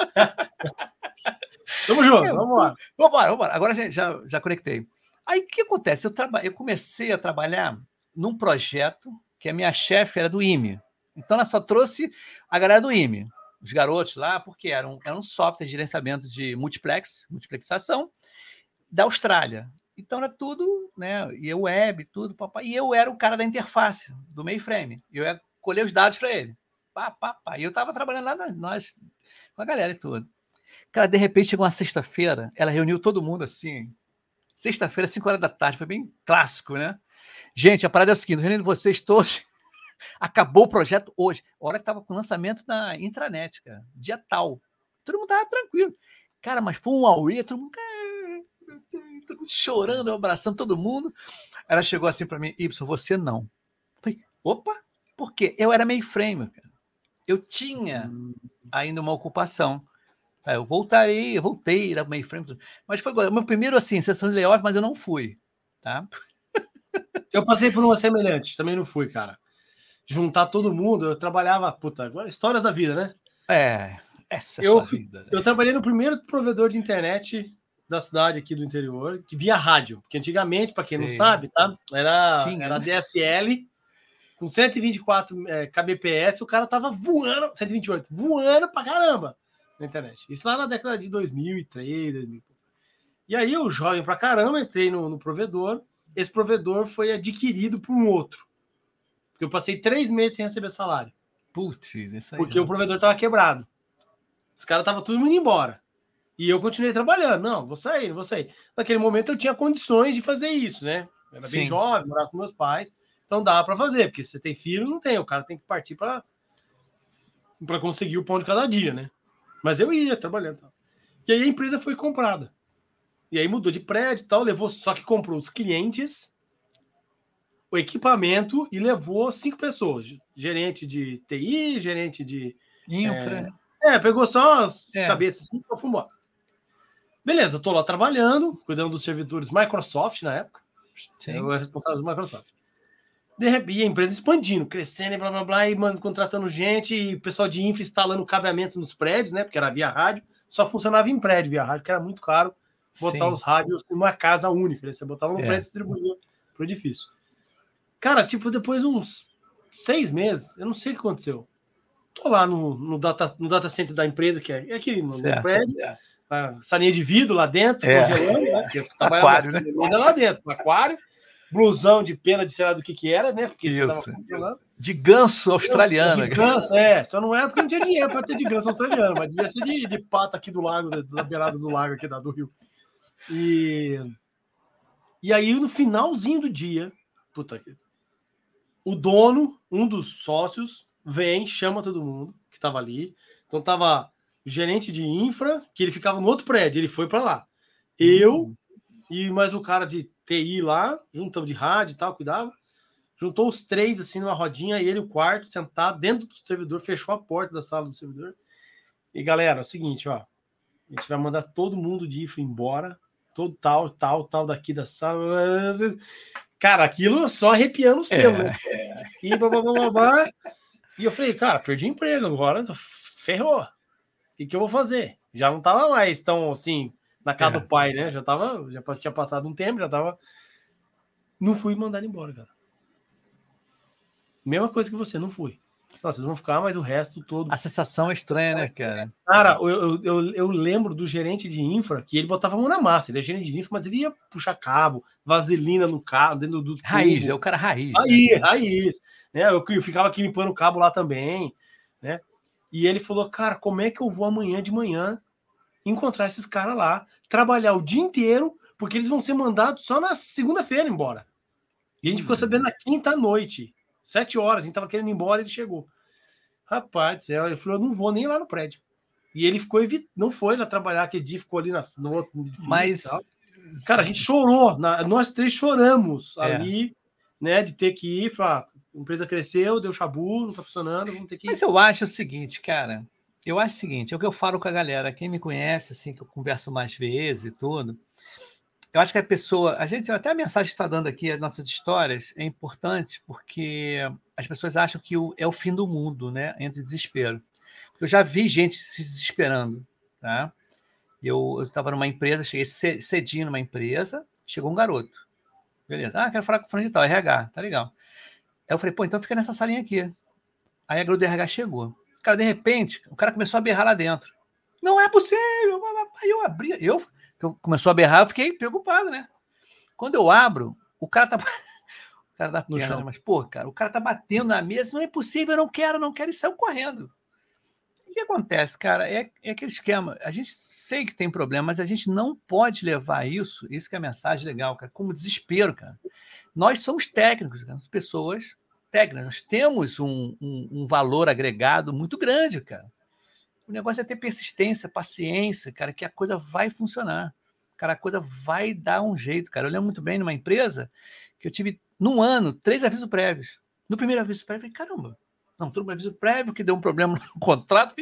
Tamo junto, vamos lá. Vambora. Agora já conectei. Aí o que acontece? Eu comecei a trabalhar num projeto que a minha chefe era do IME. Então ela só trouxe a galera do IME, os garotos lá, porque era um software de gerenciamento de multiplexação da Austrália. Então era tudo, né? E web, tudo, papai. E eu era o cara da interface, do mainframe. Eu ia colher os dados para ele. E eu estava trabalhando lá nós, com a galera e tudo. Cara, de repente chegou uma sexta-feira, ela reuniu todo mundo assim. Sexta-feira, 5 horas da tarde, foi bem clássico, né? Gente, a parada é o seguinte: reunindo vocês todos, acabou o projeto hoje. A hora que estava com o lançamento na intranet, cara, dia tal. Todo mundo estava tranquilo. Cara, mas foi um auê, todo mundo chorando, abraçando todo mundo. Ela chegou assim para mim: Y, você não. Eu falei, opa, por quê? Eu era mainframe, cara. Eu tinha ainda uma ocupação. Eu voltei, era mainframe. Mas foi o meu primeiro, assim, sessão de layoff, mas eu não fui, tá? Eu passei por uma semelhante, também não fui, cara. Juntar todo mundo, eu trabalhava, puta, agora histórias da vida, né? Essa é a sua vida. Eu trabalhei no primeiro provedor de internet da cidade aqui do interior, que via rádio, porque antigamente, para quem não sabe, tá? Era DSL, com 124 kbps, o cara tava voando, 128, voando pra caramba na internet. Isso lá na década de 2003, 2000. E aí eu, jovem pra caramba, entrei no provedor. Esse provedor foi adquirido por um outro. Porque eu passei 3 meses sem receber salário. Putz, isso aí. Porque o provedor tava quebrado. Os caras estavam tudo indo embora. E eu continuei trabalhando. Não, vou sair. Naquele momento eu tinha condições de fazer isso, né? Eu era bem jovem, morava com meus pais. Então dava para fazer. Porque se você tem filho, não tem. O cara tem que partir para conseguir o pão de cada dia, né? Mas eu ia trabalhando. E aí a empresa foi comprada. E aí mudou de prédio e tal, só que comprou os clientes, o equipamento e levou 5 pessoas. Gerente de TI, gerente de... Infra. Pegou só as cabeças assim e foi embora. Beleza, eu tô lá trabalhando, cuidando dos servidores Microsoft na época. Sim. Eu era responsável do Microsoft. De repente, a empresa expandindo, crescendo e blá, blá, blá, e contratando gente, e o pessoal de infra instalando cabeamento nos prédios, né? Porque era via rádio, só funcionava em prédio via rádio, que era muito caro botar os rádios em uma casa única, né? Você botava no prédio e distribuía pro edifício. Cara, tipo, depois de uns 6 meses, eu não sei o que aconteceu. Tô lá no data center da empresa, que é aqui no prédio, a salinha de vidro lá dentro, congelando, né? Aquário, né? Lá dentro, um aquário, blusão de pena de sei lá do que era, né? Porque isso. Você tava congelando. De ganso australiano. De ganso, só não era porque não tinha dinheiro para ter de ganso australiano, mas devia ser de pata aqui do lago, da beirada do lago aqui do Rio. E aí, no finalzinho do dia, o dono, um dos sócios, vem, chama todo mundo que estava ali. Então, tava o gerente de infra, que ele ficava no outro prédio, ele foi para lá. Eu e mais o cara de TI lá, juntamos de rádio e tal, cuidava. Juntou os 3, assim, numa rodinha, ele, o quarto, sentado dentro do servidor, fechou a porta da sala do servidor. E, galera, é o seguinte, ó, a gente vai mandar todo mundo de infra embora, todo tal daqui da sala. Cara, aquilo só arrepiando os pelos, né? E blá, blá, blá, blá. E eu falei, cara, perdi emprego agora, ferrou. O que eu vou fazer? Já não tava mais tão, assim, na casa do pai, né? Já tinha passado um tempo, não fui mandado embora, cara. Mesma coisa que você, não fui. Não, vocês vão ficar, mas o resto todo... A sensação é estranha, né, cara? Cara, eu lembro do gerente de infra que ele botava a mão na massa. Ele é gerente de infra, mas ele ia puxar cabo, vaselina no carro, dentro do... Raiz, é o cara raiz. Raiz. Né? Eu ficava aqui limpando o cabo lá também, né? E ele falou, cara, como é que eu vou amanhã de manhã encontrar esses caras lá, trabalhar o dia inteiro, porque eles vão ser mandados só na segunda-feira embora. E a gente ficou sabendo na quinta noite. 7 horas, a gente tava querendo ir embora e ele chegou. Rapaz do céu, ele falou, eu não vou nem lá no prédio. E ele ficou, não foi lá trabalhar, aquele dia ficou ali no outro edifício. Mas, cara, a gente chorou, nós 3 choramos ali, né, de ter que ir, falar, a empresa cresceu, deu chabu, não tá funcionando, vamos ter que ir. Mas eu acho o seguinte, cara, é o que eu falo com a galera, quem me conhece, assim, que eu converso mais vezes e tudo, eu acho que a pessoa, até a mensagem que está dando aqui, as nossas histórias, é importante porque as pessoas acham que é o fim do mundo, né? Entra em desespero. Eu já vi gente se desesperando, tá? Eu estava numa empresa, cheguei cedinho numa empresa, chegou um garoto. Beleza. Quero falar com o fulano de tal, RH, tá legal. Aí eu falei, pô, então fica nessa salinha aqui. Aí a garota do RH chegou. Cara, de repente, o cara começou a berrar lá dentro. Não é possível. Aí eu abri, começou a berrar, eu fiquei preocupado, né? Quando eu abro, o cara tá... O cara dá pena, né? Mas, pô, cara, o cara tá batendo na mesa, não é possível, eu não quero, e saiu correndo. O que acontece, cara? É aquele esquema. A gente sei que tem problema, mas a gente não pode levar isso que é a mensagem legal, cara, como desespero, cara. Nós somos técnicos, cara, pessoas técnicas, nós temos um valor agregado muito grande, cara. O negócio é ter persistência, paciência, cara, que a coisa vai funcionar. Cara, a coisa vai dar um jeito, cara. Eu lembro muito bem numa empresa que eu tive, num ano, 3 avisos prévios. No primeiro aviso prévio, eu falei, caramba, não, todo um aviso prévio que deu um problema no contrato.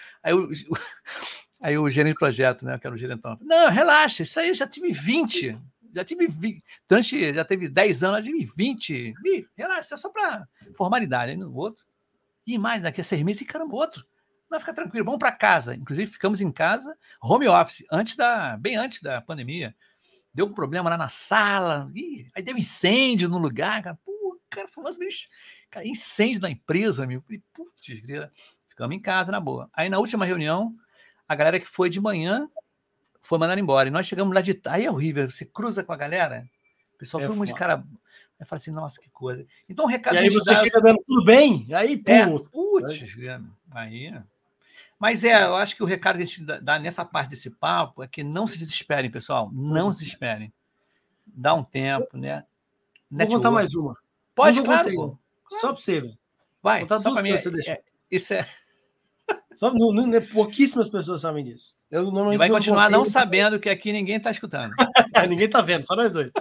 Aí o gerente de projeto, né, que era o gerentão, não, relaxa, isso aí eu já tive 20. Já teve 10 anos, já tive 20. Relaxa, isso é só para formalidade. Aí no outro, e mais, daqui a 6 meses, e caramba, outro. Não, fica tranquilo, vamos para casa. Inclusive, ficamos em casa, home office, bem antes da pandemia. Deu um problema lá na sala, aí deu incêndio no lugar, cara. Pô, cara, foi umas vezes. Cara, incêndio na empresa, meu. Putz, ficamos em casa, na boa. Aí na última reunião, a galera que foi de manhã foi mandada embora. E nós chegamos lá de tarde. Aí é horrível, você cruza com a galera, o pessoal, todo mundo de cara. Aí fala assim, nossa, que coisa. Então o recado. E aí você chega dando tudo bem? Aí, putz, aí. Mas eu acho que o recado que a gente dá nessa parte desse papo é que não se desesperem, pessoal. Não se desesperem. Dá um tempo, né? Vou contar mais uma. Pode, claro, pô. Só para você, velho. Vai, só para mim. Isso é... Pouquíssimas pessoas sabem disso. E vai continuar não sabendo que aqui ninguém está escutando. Ninguém está vendo, só nós dois.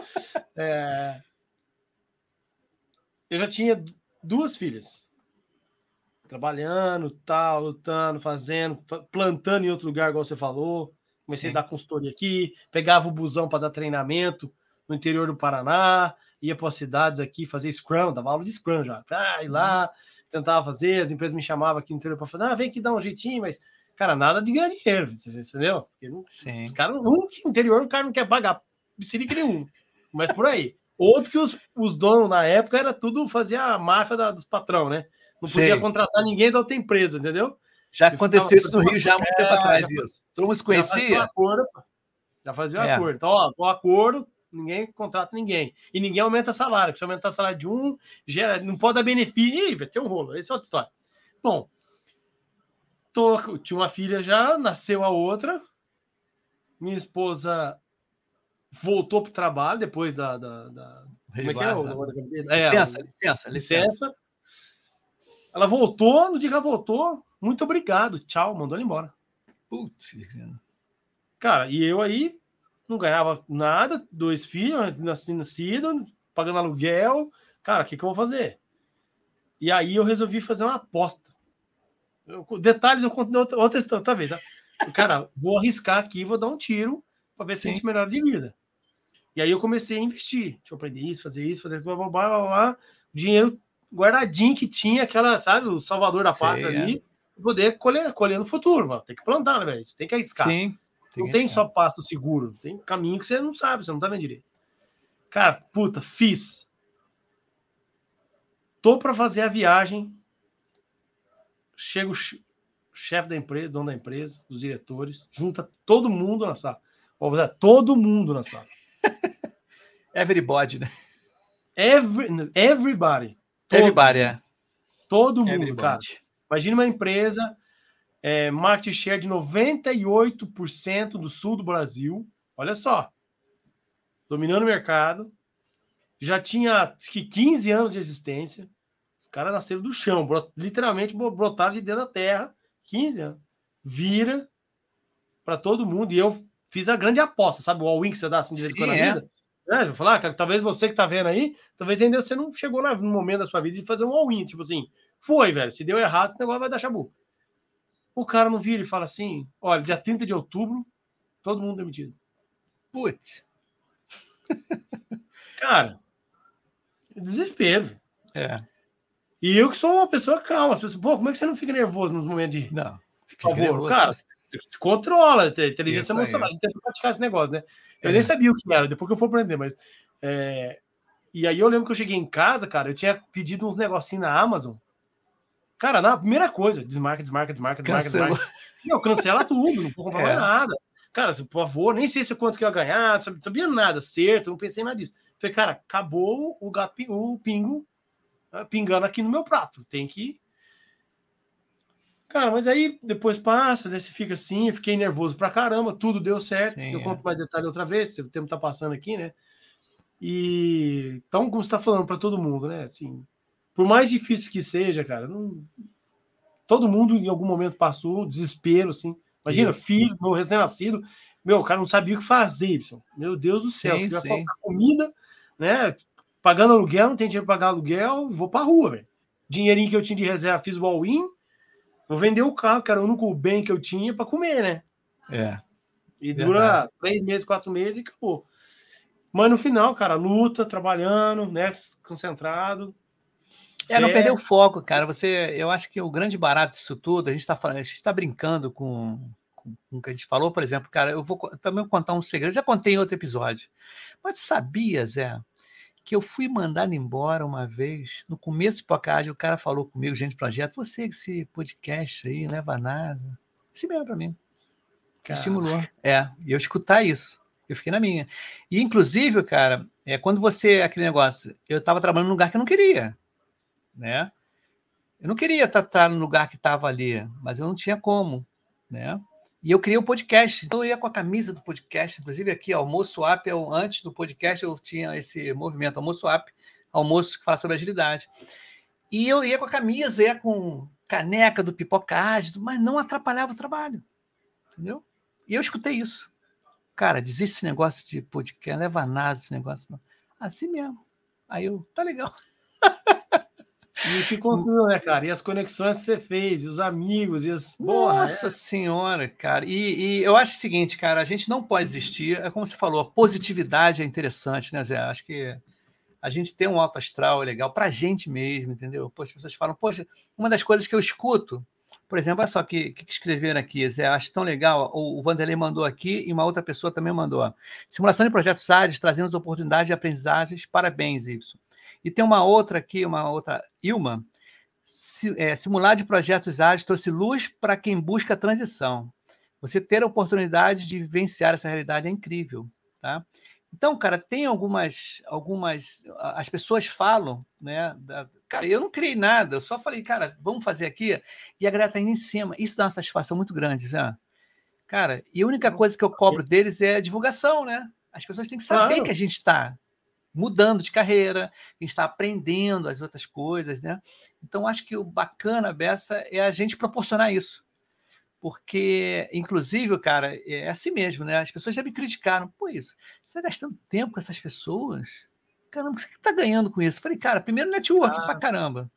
Eu já tinha 2 filhas. Trabalhando, tal, lutando, fazendo, plantando em outro lugar, igual você falou. Comecei a dar consultoria aqui, pegava o busão para dar treinamento no interior do Paraná, ia para as cidades aqui fazer Scrum, dava aula de Scrum já. Ir lá, tentava fazer, as empresas me chamavam aqui no interior para fazer, vem aqui dar um jeitinho, mas, cara, nada de ganhar dinheiro, entendeu? Os caras, no interior, o cara não quer pagar psirica nenhum, mas por aí. Outro que os donos na época era tudo, fazia a máfia dos patrão, né? Não podia contratar ninguém da outra empresa, entendeu? Já aconteceu isso no Rio já há muito tempo atrás, isso. Todo mundo se conhecia. Já fazia um acordo. Então, o acordo, ninguém contrata ninguém. E ninguém aumenta salário. Se aumentar salário de um, não pode dar benefício. Ih, vai ter um rolo. Essa é outra história. Bom, tinha uma filha já, nasceu a outra. Minha esposa voltou para o trabalho depois da como é que é? Licença. Ela voltou, no dia que ela voltou, muito obrigado, tchau, mandou ela embora. Putz. Cara, e eu aí não ganhava nada, 2 filhos, nascido, pagando aluguel. Cara, o que eu vou fazer? E aí eu resolvi fazer uma aposta. Detalhes eu conto outra vez, tá? Cara, vou arriscar aqui, vou dar um tiro para ver se a gente melhora de vida. E aí eu comecei a investir. Deixa eu aprender isso, fazer isso, blá, blá, blá, blá, blá. Dinheiro guardadinho que tinha aquela, sabe, o salvador da pátria ali, poder colher no futuro, mano. Tem que plantar, né, velho? Você tem que arriscar. Sim, não tem só passo seguro, tem caminho que você não sabe, você não tá vendo direito. Cara, puta, fiz. Tô pra fazer a viagem. Chega o chefe da empresa, dono da empresa, os diretores, junta todo mundo na sala. Todo mundo na sala. Everybody, né? Everybody. Todo mundo, cara. Imagina uma empresa, market share de 98% do sul do Brasil. Olha só. Dominando o mercado. Já tinha, acho que 15 anos de existência. Os caras nasceram do chão. Literalmente brotaram de dentro da terra. 15 anos. Vira para todo mundo. E eu fiz a grande aposta. Sabe o all-in que você dá assim de vez em quando na vida? Vou falar, cara, talvez você que tá vendo aí, talvez ainda você não chegou no momento da sua vida de fazer um all-in, tipo assim, foi, velho, se deu errado, esse negócio vai dar chabu. O cara não vira e fala assim, olha, dia 30 de outubro, todo mundo demitido. Putz. Cara, desespero. É. E eu que sou uma pessoa calma. As pessoas, pô, como é que você não fica nervoso nos momentos de Não. por favor? Cara, se controla, inteligência Isso aí. emocional. A gente tem que praticar esse negócio, né? Eu nem sabia o que era, depois que eu for aprender, mas... E aí eu lembro que eu cheguei em casa, cara, eu tinha pedido uns negocinhos na Amazon. Cara, na primeira coisa, desmarca. Não, cancela tudo, não vou comprar mais nada. Cara, por favor, nem sei se quanto que eu ia ganhar, não sabia nada, certo, não pensei nada disso. Falei, cara, acabou o pingo pingando aqui no meu prato, tem que... Cara, mas aí depois passa, daí você fica assim, eu fiquei nervoso pra caramba, tudo deu certo. Sim, eu conto mais detalhe outra vez, o tempo tá passando aqui, né? E então, como você tá falando pra todo mundo, né? Assim, por mais difícil que seja, cara, todo mundo em algum momento passou desespero, assim. Imagina, filho, meu recém-nascido, o cara não sabia o que fazer, Y. Meu Deus do céu, ia faltar comida, né? Pagando aluguel, não tem dinheiro pra pagar aluguel, vou pra rua, velho. Dinheirinho que eu tinha de reserva, fiz o all-in. Vou vender o carro, que era o único bem que eu tinha para comer, né? E dura 3 meses, 4 meses e acabou. Mas no final, cara, luta, trabalhando, né? Concentrado. Não perder o foco, cara. Eu acho que o grande barato disso tudo, a gente tá brincando com o que a gente falou, por exemplo, cara, eu vou também contar um segredo, já contei em outro episódio. Mas sabia, Zé, que eu fui mandado embora uma vez, no começo do podcast, o cara falou comigo, gente do projeto, você que esse podcast aí não leva nada. Assim mesmo pra mim. Estimulou. E eu escutar isso. Eu fiquei na minha. E, inclusive, cara, quando aquele negócio, eu estava trabalhando num lugar que eu não queria, né? Eu não queria estar no lugar que estava ali, mas eu não tinha como, né? E eu criei o podcast, então eu ia com a camisa do podcast, inclusive aqui, Almoço App, antes do podcast eu tinha esse movimento, Almoço App, almoço que fala sobre agilidade. E eu ia com a camisa, ia com caneca do Pipocágio, mas não atrapalhava o trabalho, entendeu? E eu escutei isso. Cara, desiste esse negócio de podcast, não leva nada esse negócio, não. Assim mesmo. Aí tá legal. E que continua, né, cara? E as conexões que você fez, e os amigos, e as... Nossa senhora, cara. E eu acho o seguinte, cara, a gente não pode desistir. É como você falou, a positividade é interessante, né, Zé? Acho que a gente tem um alto astral é legal pra gente mesmo, entendeu? Pô, as pessoas falam, poxa, uma das coisas que eu escuto, por exemplo, olha só o que escreveram aqui, Zé, acho tão legal. O Vanderlei mandou aqui e uma outra pessoa também mandou. Simulação de projetos ágeis, trazendo as oportunidades de aprendizagens. Parabéns, Y. E tem uma outra aqui, Ilma. Simular de projetos ágeis trouxe luz para quem busca a transição. Você ter a oportunidade de vivenciar essa realidade é incrível, tá? Então, cara, tem algumas as pessoas falam, né? Cara, eu não criei nada, eu só falei, cara, vamos fazer aqui, e a galera tá indo em cima. Isso dá uma satisfação muito grande, né? Cara, e a única coisa que eu cobro deles é a divulgação, né? As pessoas têm que saber que a gente está mudando de carreira, a gente está aprendendo as outras coisas, né? Então, acho que o bacana dessa é a gente proporcionar isso. Porque, inclusive, cara, é assim mesmo, né? As pessoas já me criticaram. Pô, isso, você está gastando tempo com essas pessoas? Caramba, o que você está ganhando com isso? Eu falei, cara, primeiro network pra caramba.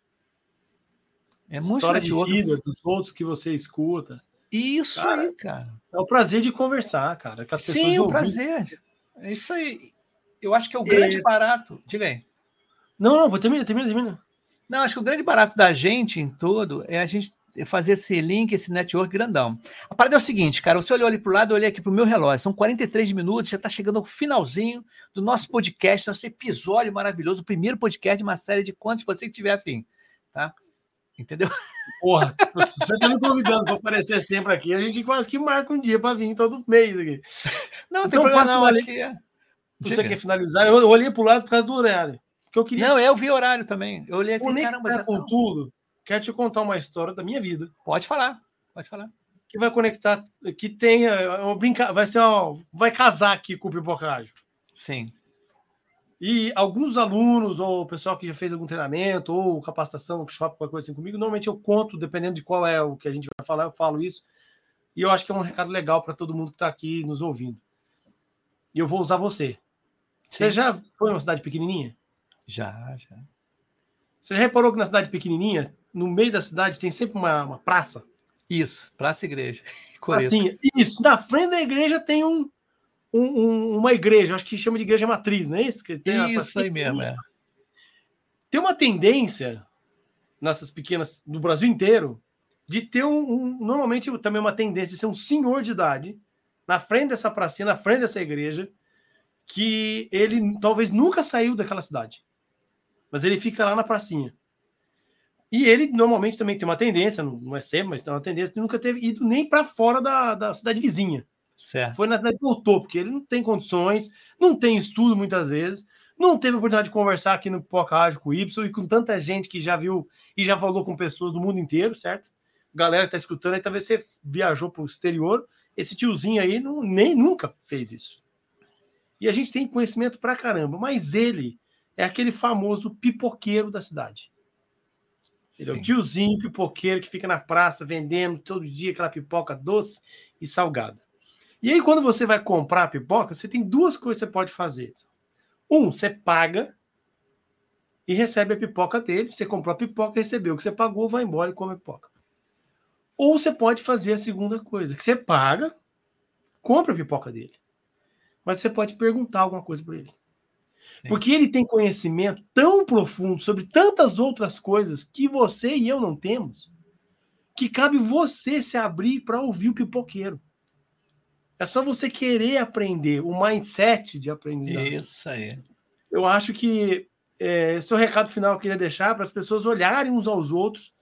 É muito história network. De vida, dos outros que você escuta. Isso cara, aí, cara. É o prazer de conversar, cara. Com as Sim, o prazer. É isso aí. Eu acho que é o grande barato. Diga aí. Não, termina. Não, acho que o grande barato da gente em todo é a gente fazer esse link, esse network grandão. A parada é o seguinte, cara, você olhou ali pro lado, eu olhei aqui pro meu relógio, são 43 minutos, já tá chegando ao finalzinho do nosso podcast, nosso episódio maravilhoso, o primeiro podcast de uma série de quantos você que tiver afim, tá? Entendeu? Porra, você tá me convidando para aparecer sempre aqui, a gente quase que marca um dia para vir todo mês aqui. Não, então, tem problema não, aqui Você quer finalizar? Eu olhei pro lado por causa do horário. Que eu queria... Não, eu vi horário também. Eu olhei e falei, caramba, já com tudo. Quero te contar uma história da minha vida. Pode falar. Que vai conectar, que tenha, vai casar aqui com o Pipocágio. Sim. E alguns alunos, ou o pessoal que já fez algum treinamento, ou capacitação, workshop, qualquer coisa assim comigo, normalmente eu conto, dependendo de qual é o que a gente vai falar, eu falo isso. E eu acho que é um recado legal para todo mundo que está aqui nos ouvindo. E eu vou usar você. Sim. Você já foi numa cidade pequenininha? Já. Você já reparou que na cidade pequenininha, no meio da cidade, tem sempre uma praça? Isso, praça e igreja. Assim, isso. Na frente da igreja tem um uma igreja, acho que chama de igreja matriz, não é isso? Que tem Isso aí mesmo, é. Tem uma tendência nessas pequenas, no Brasil inteiro, de ter normalmente também uma tendência de ser um senhor de idade na frente dessa pracinha, na frente dessa igreja, que ele talvez nunca saiu daquela cidade, mas ele fica lá na pracinha. E ele normalmente também tem uma tendência, não é sempre, mas tem uma tendência de nunca ter ido nem para fora da cidade vizinha. Certo. Foi na cidade que voltou, porque ele não tem condições, não tem estudo muitas vezes, não teve a oportunidade de conversar aqui no Pipoca Rádio com o Y e com tanta gente que já viu e já falou com pessoas do mundo inteiro, certo? Galera que tá escutando aí, talvez você viajou para o exterior, esse tiozinho aí nem nunca fez isso. E a gente tem conhecimento pra caramba, mas ele é aquele famoso pipoqueiro da cidade. Ele é o tiozinho pipoqueiro que fica na praça vendendo todo dia aquela pipoca doce e salgada. E aí, quando você vai comprar a pipoca, você tem duas coisas que você pode fazer. Você paga e recebe a pipoca dele. Você comprou a pipoca, recebeu o que você pagou, vai embora e come a pipoca. Ou você pode fazer a segunda coisa, que você paga, compra a pipoca dele. Mas você pode perguntar alguma coisa para ele. Sim. Porque ele tem conhecimento tão profundo sobre tantas outras coisas que você e eu não temos, que cabe você se abrir para ouvir o pipoqueiro. É só você querer aprender, o mindset de aprendizado. Isso aí. Eu acho que esse é o recado final que eu queria deixar para as pessoas olharem uns aos outros,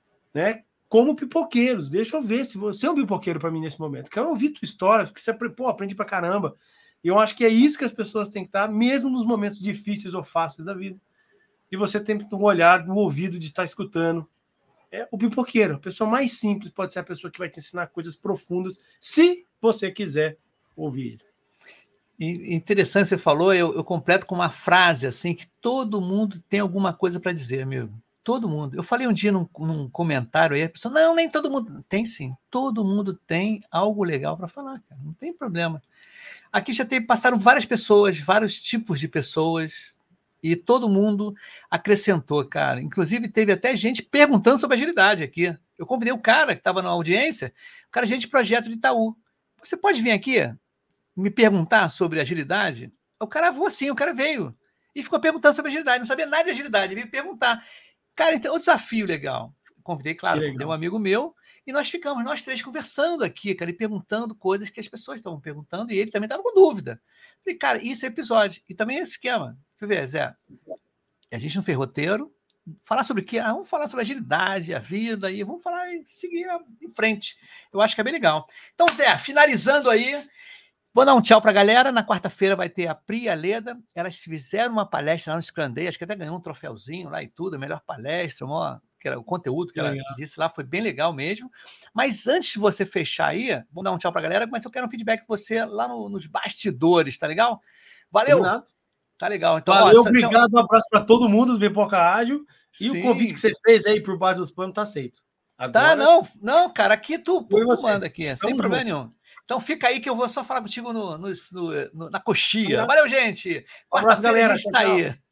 né, como pipoqueiros. Deixa eu ver se você é um pipoqueiro para mim nesse momento. Quero ouvir tua história, porque você aprendi pra caramba. E eu acho que é isso que as pessoas têm que estar, mesmo nos momentos difíceis ou fáceis da vida. E você tem que ter um olhar, um ouvido de estar escutando. É o pipoqueiro, a pessoa mais simples pode ser a pessoa que vai te ensinar coisas profundas, se você quiser ouvir ele. Interessante, você falou, eu completo com uma frase assim, que todo mundo tem alguma coisa para dizer, amigo. Todo mundo. Eu falei um dia num comentário aí, a pessoa, não, nem todo mundo. Tem sim, todo mundo tem algo legal para falar, cara, não tem problema. Aqui já passaram várias pessoas, vários tipos de pessoas, e todo mundo acrescentou, cara. Inclusive, teve até gente perguntando sobre agilidade aqui. Eu convidei o cara que estava na audiência, o cara gente de projeto de Itaú. Você pode vir aqui me perguntar sobre agilidade? O cara o cara veio e ficou perguntando sobre agilidade. Não sabia nada de agilidade, veio perguntar. Cara, então, o desafio legal. Convidei, claro, um amigo meu, e nós ficamos, nós três, conversando aqui, cara, e perguntando coisas que as pessoas estavam perguntando, e ele também estava com dúvida. Falei, cara, isso é episódio. E também é esse esquema. Você vê, Zé, a gente não fez roteiro. Falar sobre o quê? Vamos falar sobre agilidade, a vida, e vamos falar e seguir em frente. Eu acho que é bem legal. Então, Zé, finalizando aí, vou dar um tchau para a galera. Na quarta-feira vai ter a Pri e a Leda. Elas fizeram uma palestra lá no Scrum Day, acho que até ganhou um troféuzinho lá e tudo, a melhor palestra, que era o conteúdo que ela disse lá, foi bem legal mesmo. Mas antes de você fechar aí, vou dar um tchau para a galera, mas eu quero um feedback de você lá nos bastidores, tá legal? Valeu! Tá legal. Então, valeu, obrigado, um abraço para todo mundo do Pipoca Ágil. E sim, o convite que você fez aí por baixo dos panos tá aceito. Agora... Tá, não, cara, aqui tu manda aqui, sem problema nenhum. Então fica aí que eu vou só falar contigo na coxia. Valeu, gente! Quarta-feira a gente tá aí.